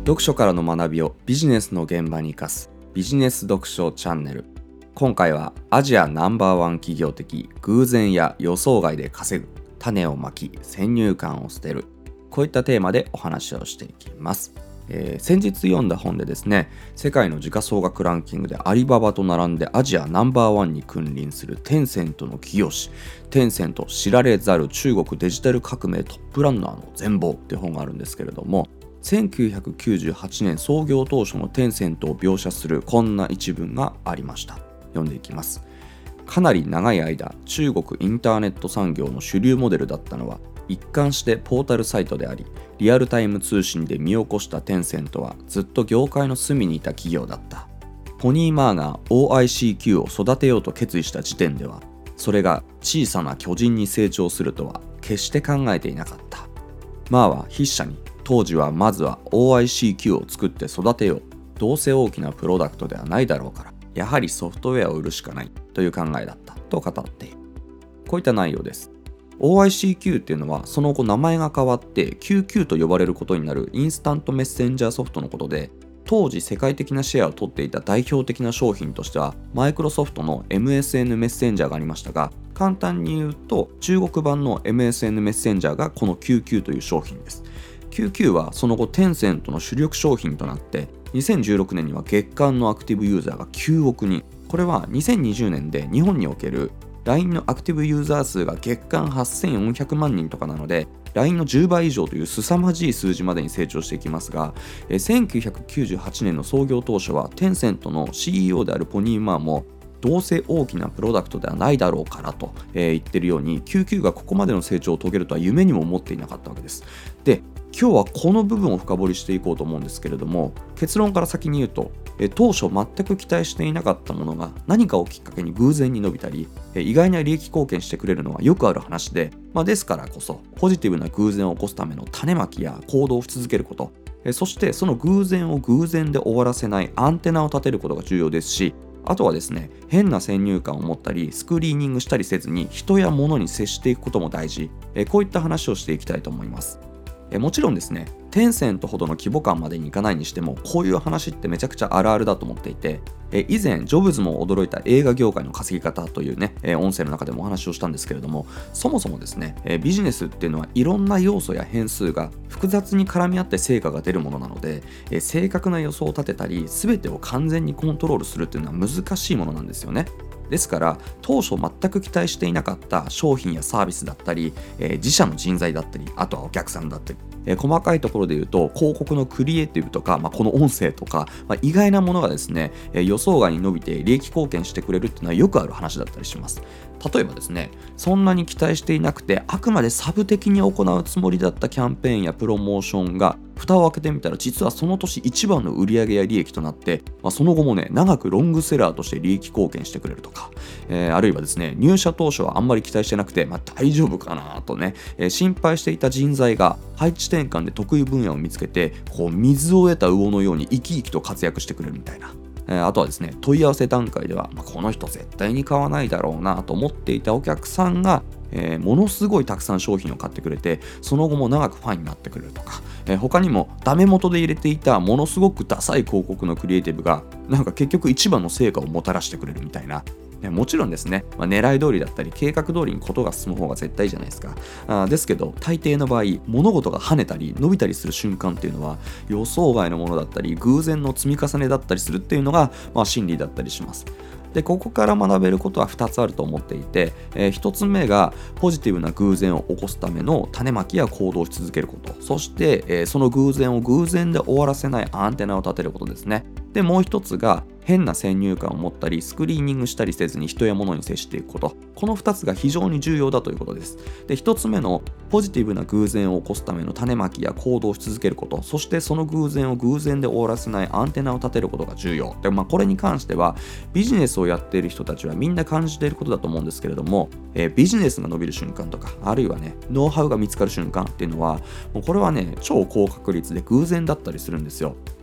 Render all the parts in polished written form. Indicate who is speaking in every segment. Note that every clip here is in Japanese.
Speaker 1: 読書からの学びをビジネスの現場に生かすビジネス読書チャンネル。今回はアジアナンバーワン企業的偶然や予想外で稼ぐ、種をまき先入観を捨てる、こういったテーマでお話をしていきます。先日読んだ本でですね、世界の時価総額ランキングでアリババと並んでアジアナンバーワンに君臨するテンセントの企業誌、テンセント知られざる中国デジタル革命トップランナーの全貌って本があるんですけれども、1998年創業当初のテンセントを描写するこんな一文がありました。読んでいきます。かなり長い間、中国インターネット産業の主流モデルだったのは一貫してポータルサイトであり、リアルタイム通信で身を起こしたテンセントはずっと業界の隅にいた企業だった。ポニー・マーが OICQ を育てようと決意した時点では、それが小さな巨人に成長するとは決して考えていなかった。マーは筆者に、当時はまずは OICQ を作って育てよう。どうせ大きなプロダクトではないだろうから、やはりソフトウェアを売るしかないという考えだったと語っている。こういった内容です。OICQ っていうのはその後名前が変わって QQ と呼ばれることになるインスタントメッセンジャーソフトのことで、当時世界的なシェアを取っていた代表的な商品としてはマイクロソフトの MSN メッセンジャーがありましたが、簡単に言うと中国版の MSN メッセンジャーがこの QQ という商品です。 QQ はその後テンセントの主力商品となって2016年には月間のアクティブユーザーが9億人。これは2020年で日本における LINE のアクティブユーザー数が月間8400万人とかなので、 LINE の10倍以上という凄まじい数字までに成長していきますが、1998年の創業当初はテンセントの CEO であるポニー・マーもどうせ大きなプロダクトではないだろうからと言ってるように、 QQ がここまでの成長を遂げるとは夢にも思っていなかったわけです。で、今日はこの部分を深掘りしていこうと思うんですけれども、結論から先に言うと、当初全く期待していなかったものが何かをきっかけに偶然に伸びたり、意外な利益貢献してくれるのはよくある話で、ですからこそポジティブな偶然を起こすための種まきや行動をし続けること、そしてその偶然を偶然で終わらせないアンテナを立てることが重要ですし、あとはですね、変な先入観を持ったりスクリーニングしたりせずに人や物に接していくことも大事。こういった話をしていきたいと思います。もちろんですね、テンセントほどの規模感までにいかないにしても、こういう話ってめちゃくちゃあるあるだと思っていて、以前ジョブズも驚いた映画業界の稼ぎ方というね、音声の中でもお話をしたんですけれども、そもそもですね、ビジネスっていうのはいろんな要素や変数が複雑に絡み合って成果が出るものなので、正確な予想を立てたり全てを完全にコントロールするっていうのは難しいものなんですよね。ですから当初全く期待していなかった商品やサービスだったり、自社の人材だったり、あとはお客さんだったり、細かいところで言うと広告のクリエイティブとか、この音声とか、意外なものがですね、予想外に伸びて利益貢献してくれるっていうのはよくある話だったりします。例えばですね、そんなに期待していなくてあくまでサブ的に行うつもりだったキャンペーンやプロモーションが蓋を開けてみたら実はその年一番の売上や利益となって、その後もね長くロングセラーとして利益貢献してくれるとか、あるいはですね、入社当初はあんまり期待してなくて、大丈夫かなとね、心配していた人材が配置転換で得意分野を見つけて、こう水を得た魚のように生き生きと活躍してくれるみたいな。あとはですね、問い合わせ段階では、この人絶対に買わないだろうなと思っていたお客さんが、ものすごいたくさん商品を買ってくれて、その後も長くファンになってくれるとか、他にもダメ元で入れていたものすごくダサい広告のクリエイティブが結局一番の成果をもたらしてくれるみたいな。もちろんですね、狙い通りだったり計画通りにことが進む方が絶対じゃないですか。ですけど大抵の場合、物事が跳ねたり伸びたりする瞬間っていうのは予想外のものだったり偶然の積み重ねだったりするっていうのが、真理だったりします。で、ここから学べることは2つあると思っていて、1つ目がポジティブな偶然を起こすための種まきや行動をし続けること、そして、その偶然を偶然で終わらせないアンテナを立てることですね。で、もう一つが変な先入観を持ったりスクリーニングしたりせずに人や物に接していくこと。この2つが非常に重要だということです。で、1つ目のポジティブな偶然を起こすための種まきや行動をし続けること、そしてその偶然を偶然で終わらせないアンテナを立てることが重要で、これに関してはビジネスをやっている人たちはみんな感じていることだと思うんですけれども、ビジネスが伸びる瞬間とか、あるいはねノウハウが見つかる瞬間っていうのは、もうこれはね超高確率で偶然だったりするんですよ。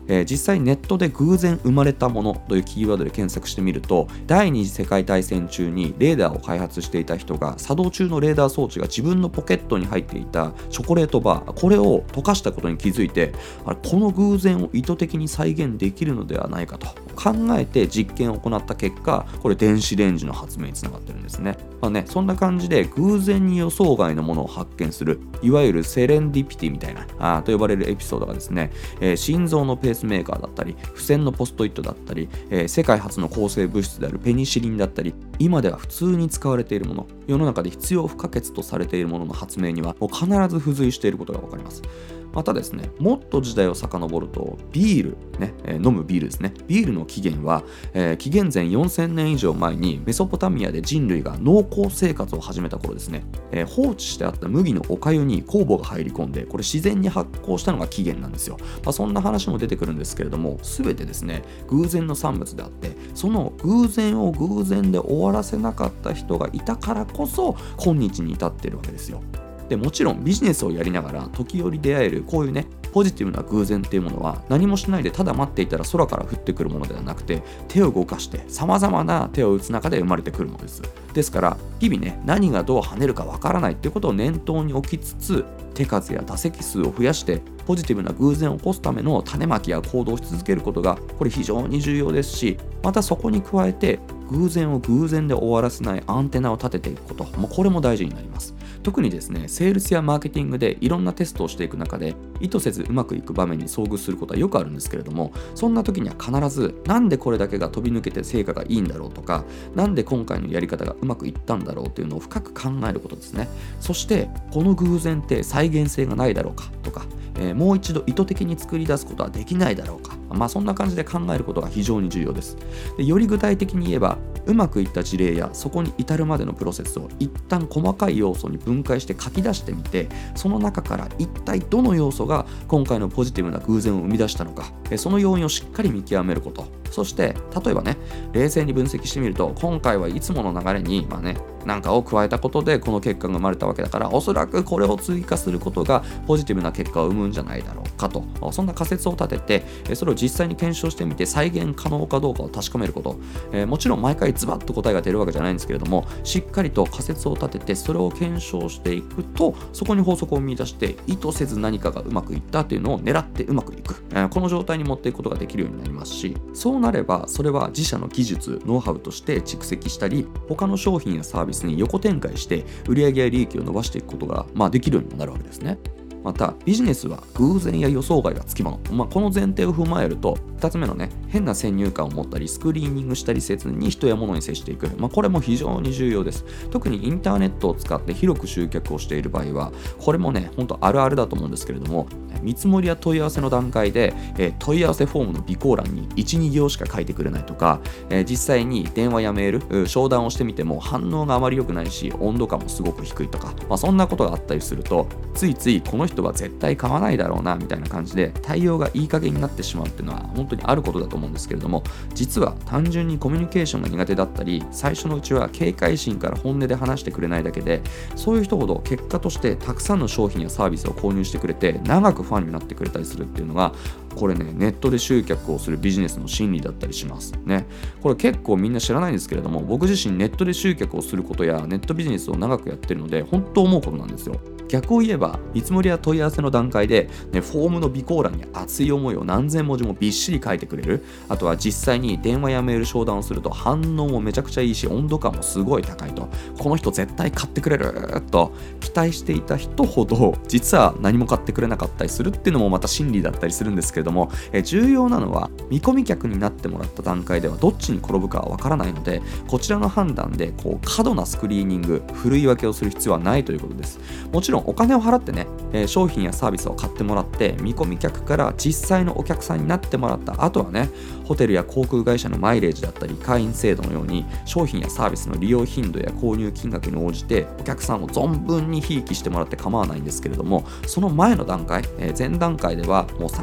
Speaker 1: 実際ネットで偶然生まれたものというキーワードで検索してみると、第二次世界大戦中にレーダーを開発していた人が作動中のレーダー装置が自分のポケットに入っていたチョコレートバー、これを溶かしたことに気づいて、この偶然を意図的に再現できるのではないかと考えて実験を行った結果、これ電子レンジの発明につながってるんですね。そんな感じで偶然に予想外のものを発見する、いわゆるセレンディピティみたいなと呼ばれるエピソードがですね、心臓のペースメーカーだったり、付箋のポストイットだったり、世界初の抗生物質であるペニシリンだったり、今では普通に使われているもの、世の中で必要不可欠とされているものの発明にはもう必ず付随していることが分かります。またですね、もっと時代を遡るとビール、飲むビールですね。ビールの起源は、紀元前4000年以上前にメソポタミアで人類が農耕生活を始めた頃ですね、放置してあった麦のお粥に酵母が入り込んで、これ自然に発酵したのが起源なんですよ。そんな話も出てくるんですけれども、全てですね、偶然の産物であって、その偶然を偶然で終わらせなかった人がいたからこそ今日に至っているわけですよ。でもちろんビジネスをやりながら時折出会えるこういうポジティブな偶然っていうものは、何もしないでただ待っていたら空から降ってくるものではなくて、手を動かして様々な手を打つ中で生まれてくるものです。ですから日々何がどう跳ねるかわからないっていうことを念頭に置きつつ、手数や打席数を増やしてポジティブな偶然を起こすための種まきや行動をし続けることがこれ非常に重要ですし、またそこに加えて偶然を偶然で終わらせないアンテナを立てていくこと、これも大事になります。特にですね、セールスやマーケティングでいろんなテストをしていく中で意図せずうまくいく場面に遭遇することはよくあるんですけれども、そんな時には必ずなんでこれだけが飛び抜けて成果がいいんだろうとか、なんで今回のやり方がうまくいったんだろうというのを深く考えることですね。そしてこの偶然って再現性がないだろうかとか、もう一度意図的に作り出すことはできないだろうか、そんな感じで考えることが非常に重要です。でより具体的に言えば、うまくいった事例やそこに至るまでのプロセスを一旦細かい要素に分解して書き出してみて、その中から一体どの要素が今回のポジティブな偶然を生み出したのか、その要因をしっかり見極めること。そして例えば冷静に分析してみると、今回はいつもの流れになんかを加えたことでこの結果が生まれたわけだから、おそらくこれを追加することがポジティブな結果を生むんじゃないだろうかと、そんな仮説を立てて、それを実際に検証してみて再現可能かどうかを確かめること、もちろん毎回ズバッと答えが出るわけじゃないんですけれども、しっかりと仮説を立ててそれを検証していくと、そこに法則を見出して意図せず何かがうまくいったというのを狙ってうまくいく、この状態に持っていくことができるようになりますし、そうなればそれは自社の技術ノウハウとして蓄積したり、他の商品やサービスに横展開して売上や利益を伸ばしていくことができるようにもなるわけですね。またビジネスは偶然や予想外がつきもの、この前提を踏まえると、2つ目の変な先入観を持ったりスクリーニングしたりせずに人や物に接していく、これも非常に重要です。特にインターネットを使って広く集客をしている場合は、これも本当あるあるだと思うんですけれども、見積もりや問い合わせの段階で、問い合わせフォームの備考欄に 1,2 行しか書いてくれないとか、実際に電話やメール、商談をしてみても反応があまり良くないし温度感もすごく低いとか、そんなことがあったりすると、ついついこの人は絶対買わないだろうなみたいな感じで対応がいい加減になってしまうっていうのは本当にあることだと思うんですけれども、実は単純にコミュニケーションが苦手だったり、最初のうちは警戒心から本音で話してくれないだけで、そういう人ほど結果としてたくさんの商品やサービスを購入してくれて長くファンになってくれたりするっていうのが、これネットで集客をするビジネスの心理だったりしますね。これ結構みんな知らないんですけれども、僕自身ネットで集客をすることやネットビジネスを長くやってるので本当思うことなんですよ。逆を言えば、見積もりや問い合わせの段階で、フォームの備考欄に熱い思いを何千文字もびっしり書いてくれる。あとは実際に電話やメール商談をすると反応もめちゃくちゃいいし温度感もすごい高いと、この人絶対買ってくれると期待していた人ほど実は何も買ってくれなかったりするっていうのもまた心理だったりするんですけれども、重要なのは見込み客になってもらった段階ではどっちに転ぶかはわからないので、こちらの判断で過度なスクリーニング、ふるい分けをする必要はないということです。もちろんお金を払って商品やサービスを買ってもらって見込み客から実際のお客さんになってもらった後はホテルや航空会社のマイレージだったり会員制度のように商品やサービスの利用頻度や購入金額に応じてお客さんを存分にひいきしてもらって構わないんですけれども、その前の段階、前段階ではもう最前線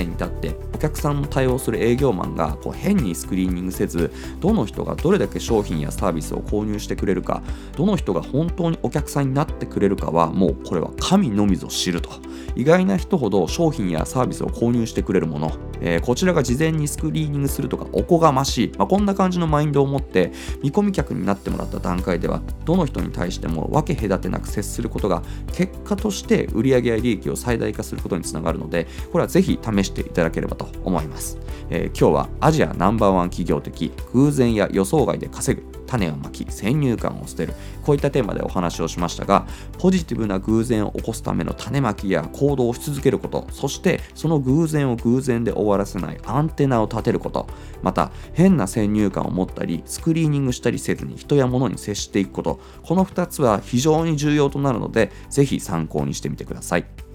Speaker 1: に立ってお客さんの対応する営業マンが変にスクリーニングせず、どの人がどれだけ商品やサービスを購入してくれるか、どの人が本当にお客さんになってくれるかはもうこれは神のみぞ知ると。意外な人ほど商品やサービスを購入してくれるもの、こちらが事前にスクリーニングするとかおこがましい、こんな感じのマインドを持って見込み客になってもらった段階では、どの人に対しても分け隔てなく接することが結果として売上や利益を最大化することにつながるので、これはぜひ試していただければと思います。今日はアジアナンバーワン企業的偶然や予想外で稼ぐ、種をまき先入観を捨てる、こういったテーマでお話をしましたが、ポジティブな偶然を起こすための種まきや行動をし続けること、そしてその偶然を偶然で終わらせないアンテナを立てること、また変な先入観を持ったりスクリーニングしたりせずに人や物に接していくこと、この2つは非常に重要となるので、ぜひ参考にしてみてください。